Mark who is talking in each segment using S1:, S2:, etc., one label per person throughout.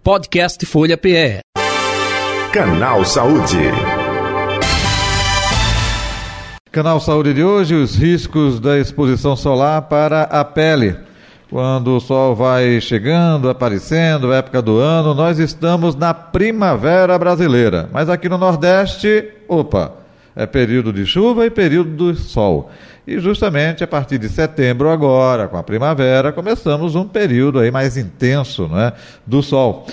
S1: Podcast Folha PE.
S2: Canal Saúde.
S3: Canal Saúde de hoje, os riscos da exposição solar para a pele. Quando o sol vai chegando, aparecendo, época do ano, nós estamos na primavera brasileira. Mas aqui no Nordeste, é período de chuva e período do sol. E justamente a partir de setembro agora, com a primavera, começamos um período aí mais intenso, né, do sol.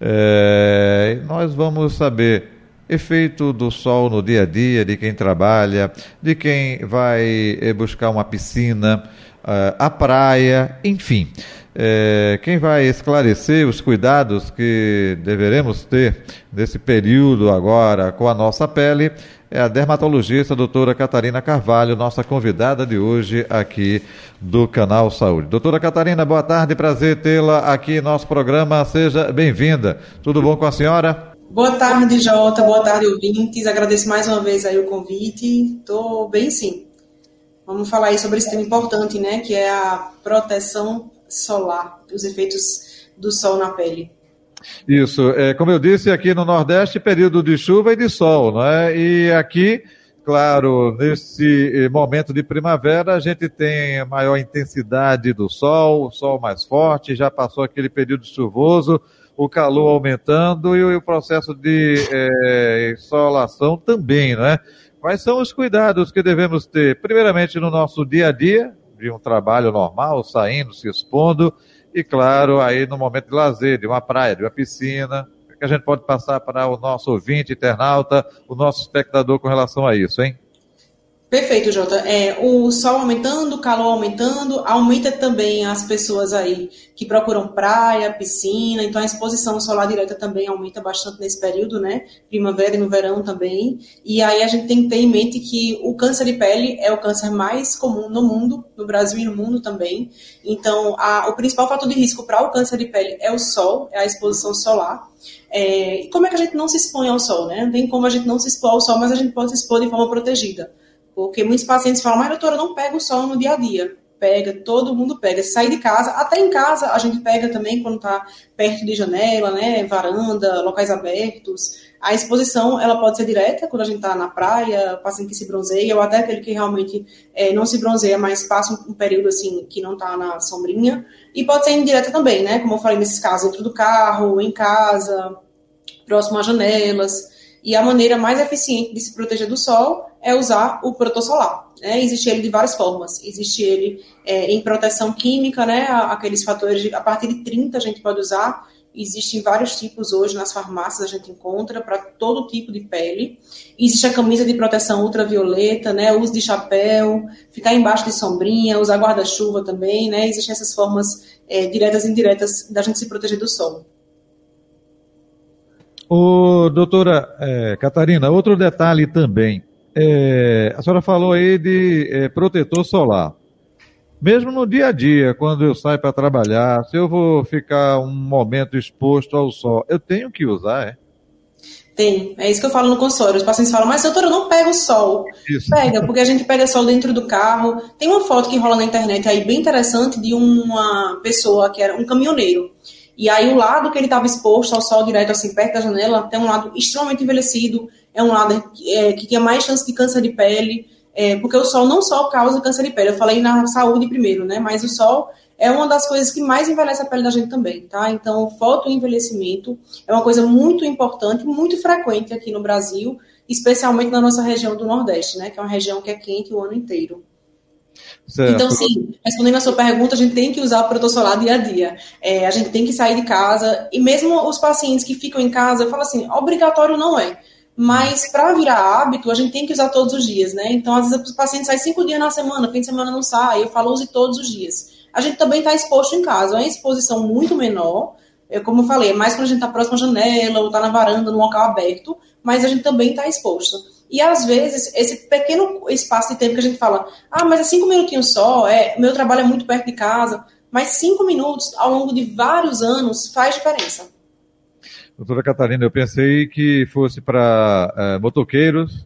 S3: Nós vamos saber efeito do sol no dia a dia, de quem trabalha, de quem vai buscar uma piscina, a praia, enfim. Quem vai esclarecer os cuidados que deveremos ter nesse período agora com a nossa pele é a dermatologista a doutora Catarina Carvalho, nossa convidada de hoje aqui do Canal Saúde. Doutora Catarina, boa tarde, prazer tê-la aqui em nosso programa, seja bem-vinda. Tudo bom com a senhora?
S4: Boa tarde, Jota, boa tarde, ouvintes, agradeço mais uma vez aí o convite, estou bem sim. Vamos falar aí sobre esse tema importante, né, que é a proteção solar, os efeitos do sol na pele.
S3: Isso, como eu disse, aqui no Nordeste, período de chuva e de sol, não é? E aqui, claro, nesse momento de primavera, a gente tem a maior intensidade do sol, o sol mais forte, já passou aquele período chuvoso, o calor aumentando e o processo de insolação também, não é? Quais são os cuidados que devemos ter, primeiramente no nosso dia a dia, de um trabalho normal, saindo, se expondo, e claro, aí no momento de lazer, de uma praia, de uma piscina, o que a gente pode passar para o nosso ouvinte, internauta, o nosso espectador com relação a isso, hein?
S4: Perfeito, Jota. O sol aumentando, o calor aumentando, aumenta também as pessoas aí que procuram praia, piscina, então a exposição solar direta também aumenta bastante nesse período, né? Primavera e no verão também. E aí a gente tem que ter em mente que o câncer de pele é o câncer mais comum no mundo, no Brasil e no mundo também. Então, o principal fator de risco para o câncer de pele é o sol, é a exposição solar. E como é que a gente não se expõe ao sol, né? Não tem como a gente não se expor ao sol, mas a gente pode se expor de forma protegida. Porque muitos pacientes falam, mas doutora, não pega o sol no dia a dia. Pega, todo mundo pega. Se sair de casa, até em casa a gente pega também quando está perto de janela, né, varanda, locais abertos. A exposição, ela pode ser direta, quando a gente está na praia, paciente que se bronzeia, ou até aquele que realmente não se bronzeia, mas passa um período assim que não está na sombrinha. E pode ser indireta também, né, como eu falei nesses casos, dentro do carro, em casa, próximo a janelas. E a maneira mais eficiente de se proteger do sol é usar o protetor solar. Né? Existe ele de várias formas. Existe ele em proteção química, né? Aqueles fatores, a partir de 30 a gente pode usar. Existem vários tipos hoje nas farmácias, a gente encontra para todo tipo de pele. Existe a camisa de proteção ultravioleta, né? O uso de chapéu, ficar embaixo de sombrinha, usar guarda-chuva também. Né? Existem essas formas diretas e indiretas da gente se proteger do sol.
S3: Doutora Catarina, outro detalhe também. A senhora falou aí de protetor solar. Mesmo no dia a dia, quando eu saio para trabalhar, se eu vou ficar um momento exposto ao sol, eu tenho que usar,
S4: Tem, é isso que eu falo no consultório. Os pacientes falam, mas doutora, eu não pego sol. Isso. Pega, porque a gente pega sol dentro do carro. Tem uma foto que rola na internet aí bem interessante de uma pessoa que era um caminhoneiro. E aí o lado que ele estava exposto ao sol direto, assim, perto da janela, tem um lado extremamente envelhecido, é um lado que tinha mais chance de câncer de pele, porque o sol não só causa câncer de pele, eu falei na saúde primeiro, né, mas o sol é uma das coisas que mais envelhece a pele da gente também, tá? Então, o fotoenvelhecimento é uma coisa muito importante, muito frequente aqui no Brasil, especialmente na nossa região do Nordeste, né, que é uma região que é quente o ano inteiro. Certo. Então, sim, respondendo a sua pergunta, a gente tem que usar o protetor solar dia a dia. A gente tem que sair de casa, e mesmo os pacientes que ficam em casa, eu falo assim, obrigatório não é, mas para virar hábito, a gente tem que usar todos os dias, né? Então, às vezes, o paciente sai 5 dias na semana, fim de semana não sai, eu falo, use todos os dias. A gente também está exposto em casa, é uma exposição muito menor, como eu falei, é mais quando a gente está próximo à janela, ou está na varanda, num local aberto, mas a gente também está exposto. E, às vezes, esse pequeno espaço de tempo que a gente fala, mas é 5 minutinhos só, meu trabalho é muito perto de casa, mas 5 minutos, ao longo de vários anos, faz diferença.
S3: Doutora Catarina, eu pensei que fosse para motoqueiros,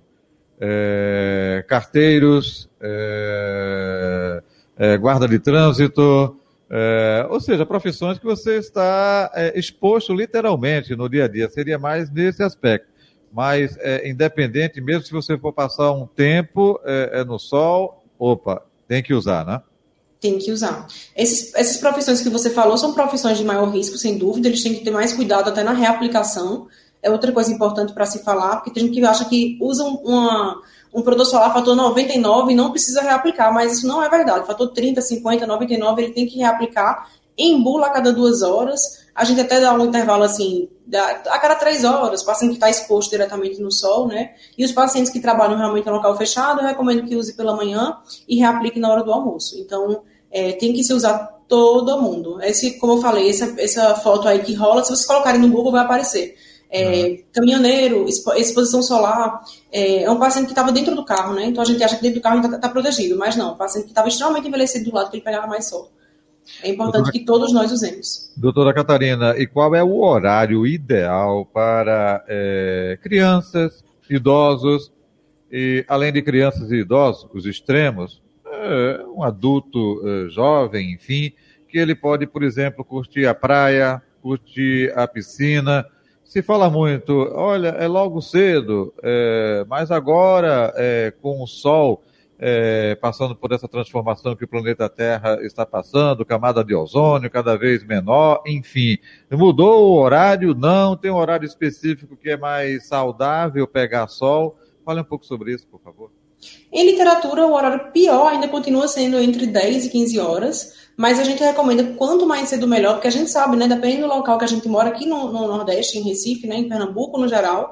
S3: carteiros, guarda de trânsito, Ou seja, profissões que você está exposto literalmente no dia a dia, seria mais nesse aspecto. Mas, independente, mesmo se você for passar um tempo no sol, tem que usar, né?
S4: Tem que usar. Essas profissões que você falou são profissões de maior risco, sem dúvida, eles têm que ter mais cuidado até na reaplicação. É outra coisa importante para se falar, porque tem gente que acha que usa um produtor solar fator 99 e não precisa reaplicar, mas isso não é verdade. Fator 30, 50, 99, ele tem que reaplicar em bula a cada 2 horas. A gente até dá um intervalo assim, a cada 3 horas, o paciente que está exposto diretamente no sol, né? E os pacientes que trabalham realmente em local fechado, eu recomendo que use pela manhã e reaplique na hora do almoço. Então, tem que se usar todo mundo. Como eu falei, essa foto aí que rola, se vocês colocarem no Google, vai aparecer. Caminhoneiro, exposição solar, é um paciente que estava dentro do carro, né? Então a gente acha que dentro do carro está protegido, mas não, o paciente que estava extremamente envelhecido do lado, que ele pegava mais sol. É importante que todos nós usemos.
S3: Doutora Catarina, e qual é o horário ideal para crianças, idosos, e além de crianças e idosos, os extremos, um adulto jovem, enfim, que ele pode, por exemplo, curtir a praia, curtir a piscina? Se fala muito, olha, é logo cedo, mas agora, com o sol passando por essa transformação que o planeta Terra está passando, camada de ozônio cada vez menor, enfim, mudou o horário? Não, tem um horário específico que é mais saudável pegar sol? Fale um pouco sobre isso, por favor.
S4: Em literatura, o horário pior ainda continua sendo entre 10 e 15 horas, mas a gente recomenda quanto mais cedo melhor, porque a gente sabe, né, dependendo do local que a gente mora, aqui no Nordeste, em Recife, né, em Pernambuco no geral,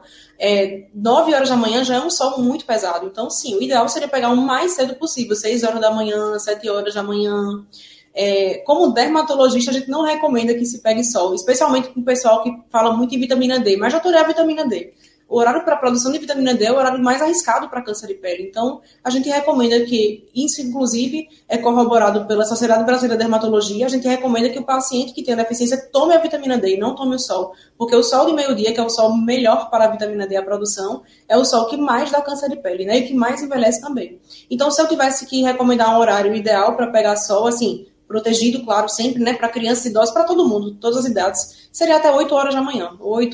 S4: 9 horas da manhã já é um sol muito pesado. Então, sim, o ideal seria pegar o mais cedo possível, 6 horas da manhã, 7 horas da manhã. Como dermatologista, a gente não recomenda que se pegue sol, especialmente com o pessoal que fala muito em vitamina D, mas já estou a vitamina D. O horário para a produção de vitamina D é o horário mais arriscado para câncer de pele. Então, a gente recomenda que, isso inclusive é corroborado pela Sociedade Brasileira de Dermatologia, a gente recomenda que o paciente que tem a deficiência tome a vitamina D e não tome o sol. Porque o sol de meio-dia, que é o sol melhor para a vitamina D, a produção, é o sol que mais dá câncer de pele, né? E que mais envelhece também. Então, se eu tivesse que recomendar um horário ideal para pegar sol, assim, protegido, claro, sempre, né? Para crianças e idosos, para todo mundo, todas as idades, seria até 8 horas da manhã.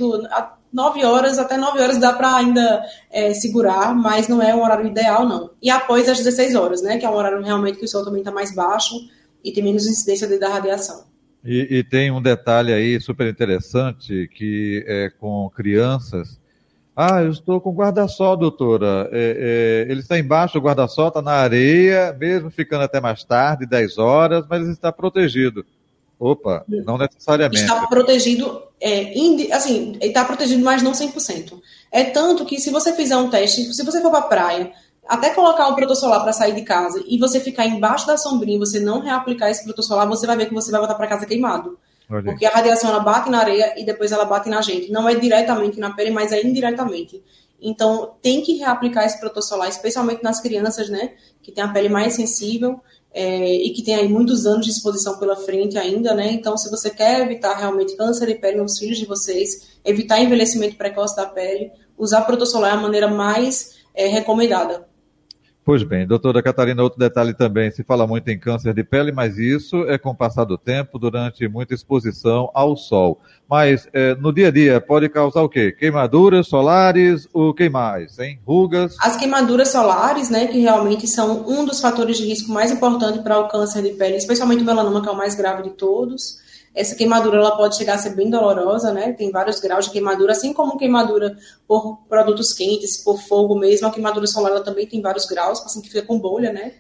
S4: 9 horas, até 9 horas dá para ainda segurar, mas não é um horário ideal, não. E após as 16 horas, né, que é um horário realmente que o sol também está mais baixo e tem menos incidência da radiação.
S3: E tem um detalhe aí super interessante, que é com crianças. Eu estou com guarda-sol, doutora. Ele está embaixo do guarda-sol, está na areia, mesmo ficando até mais tarde, 10 horas, mas ele está protegido. Não necessariamente.
S4: Está protegido, está protegido, mas não 100%. É tanto que se você fizer um teste, se você for para a praia, até colocar o protetor solar para sair de casa e você ficar embaixo da sombrinha e você não reaplicar esse protetor solar, você vai ver que você vai voltar para casa queimado. Olha. Porque a radiação ela bate na areia e depois ela bate na gente. Não é diretamente na pele, mas é indiretamente. Então, tem que reaplicar esse protetor solar, especialmente nas crianças, né, que tem a pele mais sensível. E que tem aí muitos anos de exposição pela frente ainda, né? Então, se você quer evitar realmente câncer de pele nos filhos de vocês, evitar envelhecimento precoce da pele, usar protetor solar é a maneira mais recomendada.
S3: Pois bem, doutora Catarina, outro detalhe também, se fala muito em câncer de pele, mas isso é com o passar do tempo, durante muita exposição ao sol. Mas no dia a dia pode causar o quê? Queimaduras solares, o que mais, hein? Rugas?
S4: As queimaduras solares, né, que realmente são um dos fatores de risco mais importantes para o câncer de pele, especialmente o melanoma, que é o mais grave de todos. Essa queimadura ela pode chegar a ser bem dolorosa, né? Tem vários graus de queimadura, assim como queimadura por produtos quentes, por fogo mesmo. A queimadura solar ela também tem vários graus, o paciente fica com bolha, né?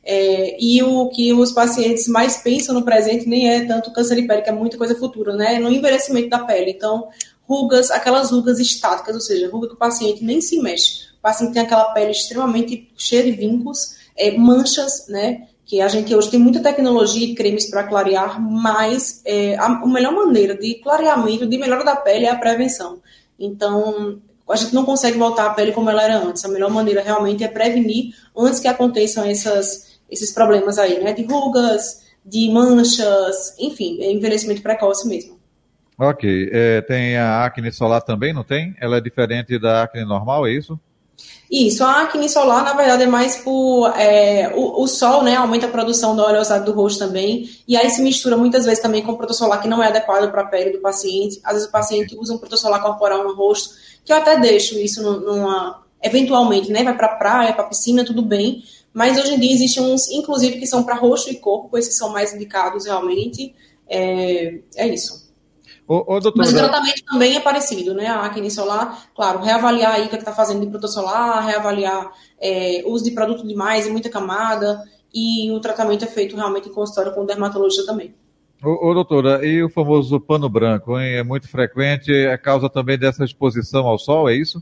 S4: E o que os pacientes mais pensam no presente nem é tanto câncer de pele, que é muita coisa futura, né? No envelhecimento da pele. Então, rugas, aquelas rugas estáticas, ou seja, ruga que o paciente nem se mexe. O paciente tem aquela pele extremamente cheia de vincos, manchas, né? Que a gente hoje tem muita tecnologia e cremes para clarear, mas a melhor maneira de clareamento, de melhora da pele é a prevenção. Então, a gente não consegue voltar à pele como ela era antes. A melhor maneira realmente é prevenir antes que aconteçam esses problemas aí, né? De rugas, de manchas, enfim, envelhecimento precoce mesmo.
S3: Ok. Tem a acne solar também, não tem? Ela é diferente da acne normal, é isso?
S4: Isso, a acne solar, na verdade, é mais por... o sol, né, aumenta a produção da oleosidade do rosto também, e aí se mistura muitas vezes também com protetor solar que não é adequado para a pele do paciente. Às vezes o paciente usa um protetor solar corporal no rosto, que eu até deixo isso eventualmente, né, vai para a praia, para a piscina, tudo bem, mas hoje em dia existem uns, inclusive, que são para rosto e corpo, esses são mais indicados realmente, é isso.
S3: Doutora...
S4: Mas o tratamento também é parecido, né? A acne solar, claro, reavaliar aí o que está fazendo de protetor solar, reavaliar uso de produto demais e muita camada, e o tratamento é feito realmente em consultório com o dermatologista também.
S3: Doutora, e o famoso pano branco, hein? É muito frequente, é causa também dessa exposição ao sol, é isso?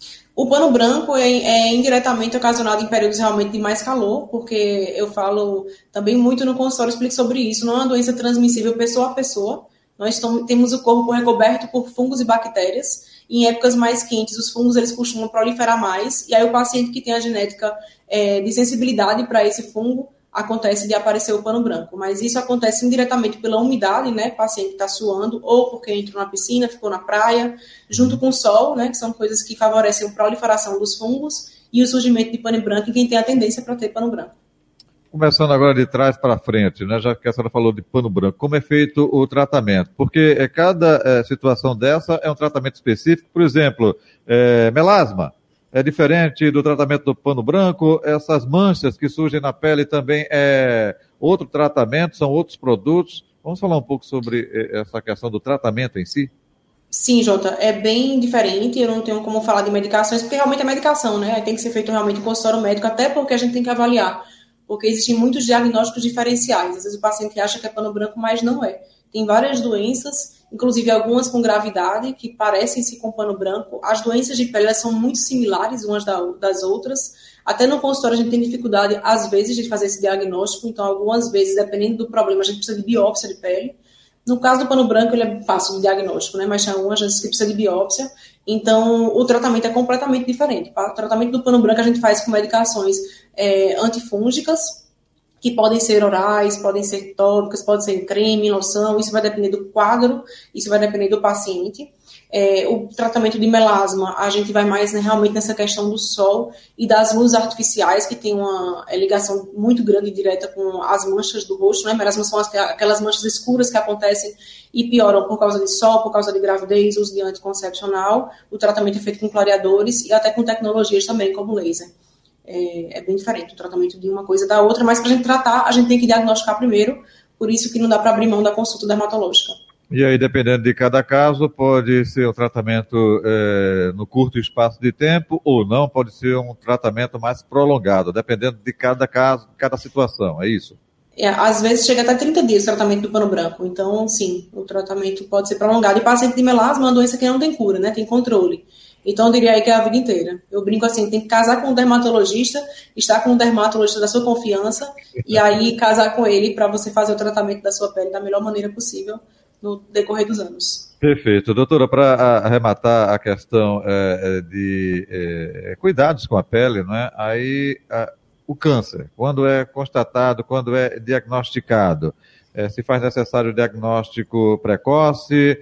S4: O pano branco é indiretamente ocasionado em períodos realmente de mais calor, porque eu falo também muito no consultório, explico sobre isso, não é uma doença transmissível pessoa a pessoa. Nós temos o corpo recoberto por fungos e bactérias, e em épocas mais quentes os fungos eles costumam proliferar mais, e aí o paciente que tem a genética de sensibilidade para esse fungo, acontece de aparecer o pano branco, mas isso acontece indiretamente pela umidade, né, o paciente está suando, ou porque entrou na piscina, ficou na praia, junto com o sol, né, que são coisas que favorecem a proliferação dos fungos, e o surgimento de pano branco em quem tem a tendência para ter pano branco.
S3: Começando agora de trás para frente, né, já que a senhora falou de pano branco, como é feito o tratamento? Porque cada situação dessa é um tratamento específico. Por exemplo, melasma é diferente do tratamento do pano branco, essas manchas que surgem na pele também é outro tratamento, são outros produtos. Vamos falar um pouco sobre essa questão do tratamento em si?
S4: Sim, Jota, é bem diferente, eu não tenho como falar de medicações, porque realmente é medicação, né? Tem que ser feito realmente em consultório médico, até porque a gente tem que avaliar. Porque existem muitos diagnósticos diferenciais. Às vezes o paciente acha que é pano branco, mas não é. Tem várias doenças, inclusive algumas com gravidade, que parecem-se com pano branco. As doenças de pele são muito similares umas das outras. Até no consultório a gente tem dificuldade, às vezes, de fazer esse diagnóstico. Então, algumas vezes, dependendo do problema, a gente precisa de biópsia de pele. No caso do pano branco, ele é fácil de diagnóstico, né? Mas tem algumas vezes que precisa de biópsia. Então, o tratamento é completamente diferente. O tratamento do pano branco a gente faz com medicações antifúngicas, que podem ser orais, podem ser tópicas, pode ser em creme, loção, isso vai depender do quadro, isso vai depender do paciente. O tratamento de melasma, a gente vai mais, né, realmente nessa questão do sol e das luzes artificiais, que tem uma ligação muito grande e direta com as manchas do rosto, né? Melasma são aquelas manchas escuras que acontecem e pioram por causa de sol, por causa de gravidez, uso de anticoncepcional. O tratamento é feito com clareadores e até com tecnologias também, como laser. É bem diferente o tratamento de uma coisa da outra, mas para a gente tratar, a gente tem que diagnosticar primeiro, por isso que não dá para abrir mão da consulta dermatológica.
S3: E aí, dependendo de cada caso, pode ser um tratamento no curto espaço de tempo ou não, pode ser um tratamento mais prolongado, dependendo de cada caso, de cada situação, é isso?
S4: Às vezes chega até 30 dias o tratamento do pano branco, então sim, o tratamento pode ser prolongado. E paciente de melasma é uma doença que não tem cura, né? Tem controle. Então eu diria aí que é a vida inteira. Eu brinco assim, tem que casar com um dermatologista, estar com um dermatologista da sua confiança, e aí casar com ele para você fazer o tratamento da sua pele da melhor maneira possível no decorrer dos anos.
S3: Perfeito. Doutora, para arrematar a questão de cuidados com a pele, não é? Aí o câncer, quando é constatado, quando é diagnosticado, se faz necessário o diagnóstico precoce,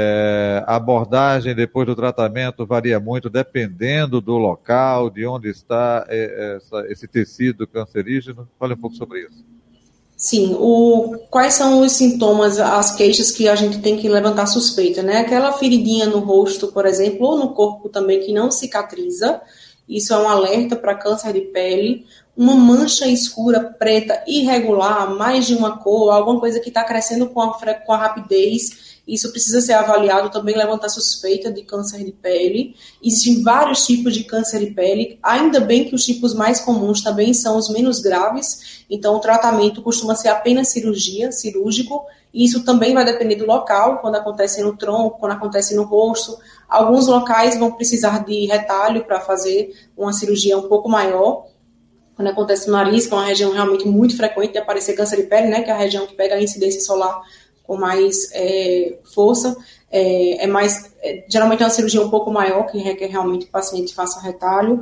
S3: a abordagem depois do tratamento varia muito dependendo do local, de onde está esse tecido cancerígeno. Fale um pouco sobre isso.
S4: Sim, quais são os sintomas, as queixas que a gente tem que levantar suspeita, né? Aquela feridinha no rosto, por exemplo, ou no corpo também que não cicatriza, isso é um alerta para câncer de pele. Uma mancha escura, preta, irregular, mais de uma cor, alguma coisa que está crescendo com a rapidez, isso precisa ser avaliado, também levantar suspeita de câncer de pele. Existem vários tipos de câncer de pele, ainda bem que os tipos mais comuns também são os menos graves, então o tratamento costuma ser apenas cirúrgico, e isso também vai depender do local, quando acontece no tronco, quando acontece no rosto. Alguns locais vão precisar de retalho para fazer uma cirurgia um pouco maior. Quando acontece no nariz, que é uma região realmente muito frequente de aparecer câncer de pele, né, que é a região que pega a incidência solar com mais força, geralmente é uma cirurgia um pouco maior, que requer realmente que o paciente faça retalho,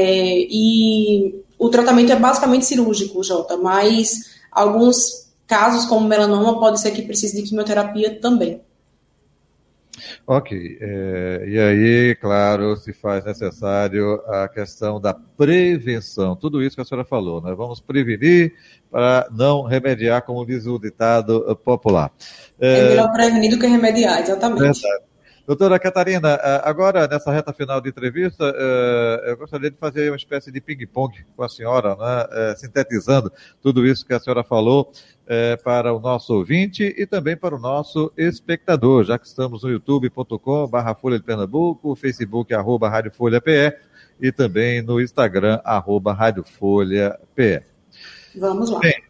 S4: e o tratamento é basicamente cirúrgico, Jota, mas alguns casos, como melanoma, pode ser que precise de quimioterapia também.
S3: Ok, e aí, claro, se faz necessário a questão da prevenção, tudo isso que a senhora falou, né? Vamos prevenir para não remediar, como diz o ditado popular.
S4: É melhor prevenir do que remediar, exatamente.
S3: Verdade. Doutora Catarina, agora nessa reta final de entrevista, eu gostaria de fazer uma espécie de ping-pong com a senhora, né? Sintetizando tudo isso que a senhora falou para o nosso ouvinte e também para o nosso espectador, já que estamos no youtube.com/Folha de Pernambuco, Facebook @Rádio Folha PE e também no Instagram @Rádio Folha PE.
S4: Vamos lá.
S3: Bem,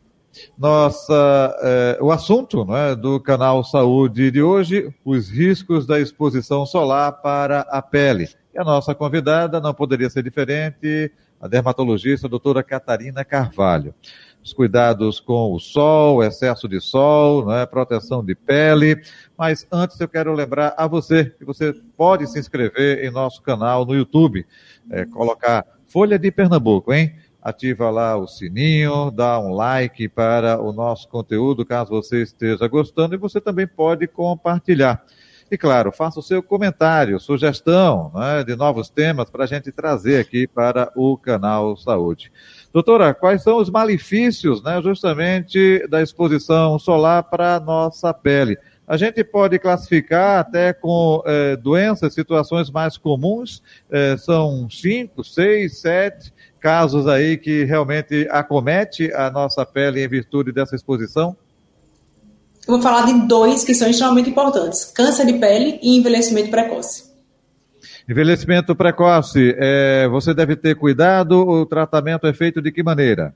S3: o assunto, né, do Canal Saúde de hoje, os riscos da exposição solar para a pele. E a nossa convidada não poderia ser diferente, a dermatologista a doutora Catarina Carvalho. Os cuidados com o sol, excesso de sol, né, proteção de pele. Mas antes eu quero lembrar a você que você pode se inscrever em nosso canal no YouTube, colocar Folha de Pernambuco, hein? Ativa lá o sininho, dá um like para o nosso conteúdo, caso você esteja gostando, e você também pode compartilhar. E claro, faça o seu comentário, sugestão, né, de novos temas para a gente trazer aqui para o Canal Saúde. Doutora, quais são os malefícios, né, justamente da exposição solar para a nossa pele? A gente pode classificar até com doenças, situações mais comuns, são 5, 6, 7 casos aí que realmente acomete a nossa pele em virtude dessa exposição?
S4: Eu vou falar de 2 que são extremamente importantes: câncer de pele e envelhecimento precoce.
S3: Envelhecimento precoce, você deve ter cuidado, o tratamento é feito de que maneira?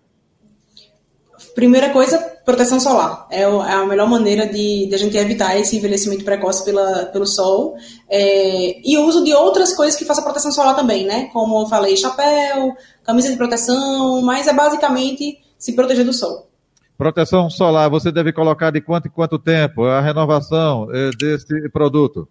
S4: Primeira coisa, proteção solar. É a melhor maneira de a gente evitar esse envelhecimento precoce pelo sol. E o uso de outras coisas que façam proteção solar também, né? Como eu falei, chapéu, camisa de proteção, mas é basicamente se proteger do sol.
S3: Proteção solar, você deve colocar de quanto em quanto tempo a renovação desse produto?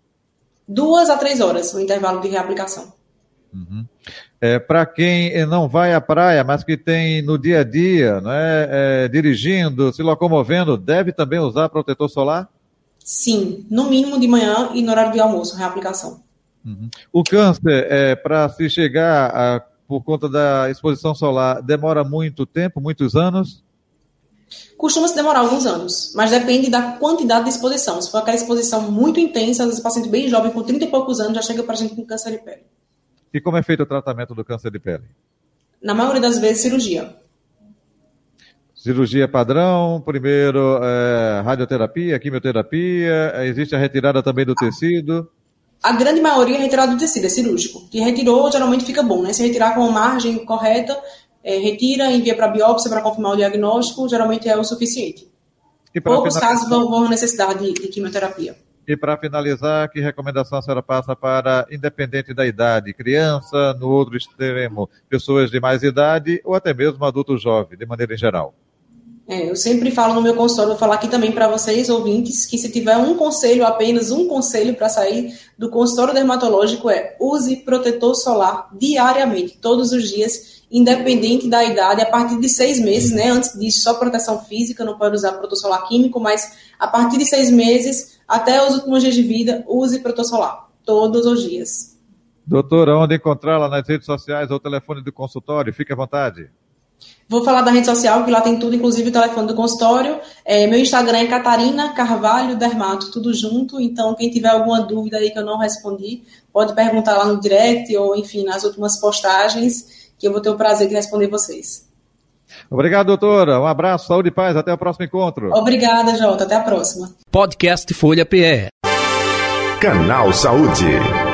S3: 2
S4: a 3 horas, o intervalo de reaplicação.
S3: Uhum. Para quem não vai à praia, mas que tem no dia a dia, né, dirigindo, se locomovendo, deve também usar protetor solar?
S4: Sim, no mínimo de manhã e no horário de almoço, reaplicação.
S3: Uhum. O câncer, para se chegar por conta da exposição solar, demora muito tempo, muitos anos?
S4: Costuma se demorar alguns anos, mas depende da quantidade de exposição. Se for aquela exposição muito intensa, às vezes o paciente bem jovem, com 30 e poucos anos, já chega para a gente com câncer de pele.
S3: E como é feito o tratamento do câncer de pele?
S4: Na maioria das vezes, cirurgia.
S3: Cirurgia padrão, primeiro radioterapia, quimioterapia, existe a retirada também do tecido?
S4: A grande maioria é retirada do tecido, é cirúrgico. Que retirou, geralmente fica bom, né? Se retirar com a margem correta, retira, envia para biópsia para confirmar o diagnóstico, geralmente é o suficiente. Poucos casos vão necessitar de quimioterapia.
S3: E para finalizar, que recomendação a senhora passa para, independente da idade, criança, no outro extremo, pessoas de mais idade ou até mesmo adulto jovem, de maneira geral?
S4: Eu sempre falo no meu consultório, vou falar aqui também para vocês, ouvintes, que se tiver um conselho, apenas um conselho para sair do consultório dermatológico use protetor solar diariamente, todos os dias, independente da idade, a partir de 6 meses, né? Antes disso, só proteção física, não pode usar protetor solar químico, mas a partir de 6 meses, até os últimos dias de vida, use protetor solar, todos os dias.
S3: Doutora, onde encontrá-la nas redes sociais ou telefone do consultório? Fique à vontade.
S4: Vou falar da rede social, que lá tem tudo, inclusive o telefone do consultório. Meu Instagram é Catarina Carvalho Dermato, tudo junto. Então, quem tiver alguma dúvida aí que eu não respondi, pode perguntar lá no direct ou, enfim, nas últimas postagens, que eu vou ter o prazer de responder vocês.
S3: Obrigado, doutora. Um abraço, saúde e paz. Até o próximo encontro.
S4: Obrigada, Jota. Até a próxima.
S1: Podcast Folha PE.
S2: Canal Saúde.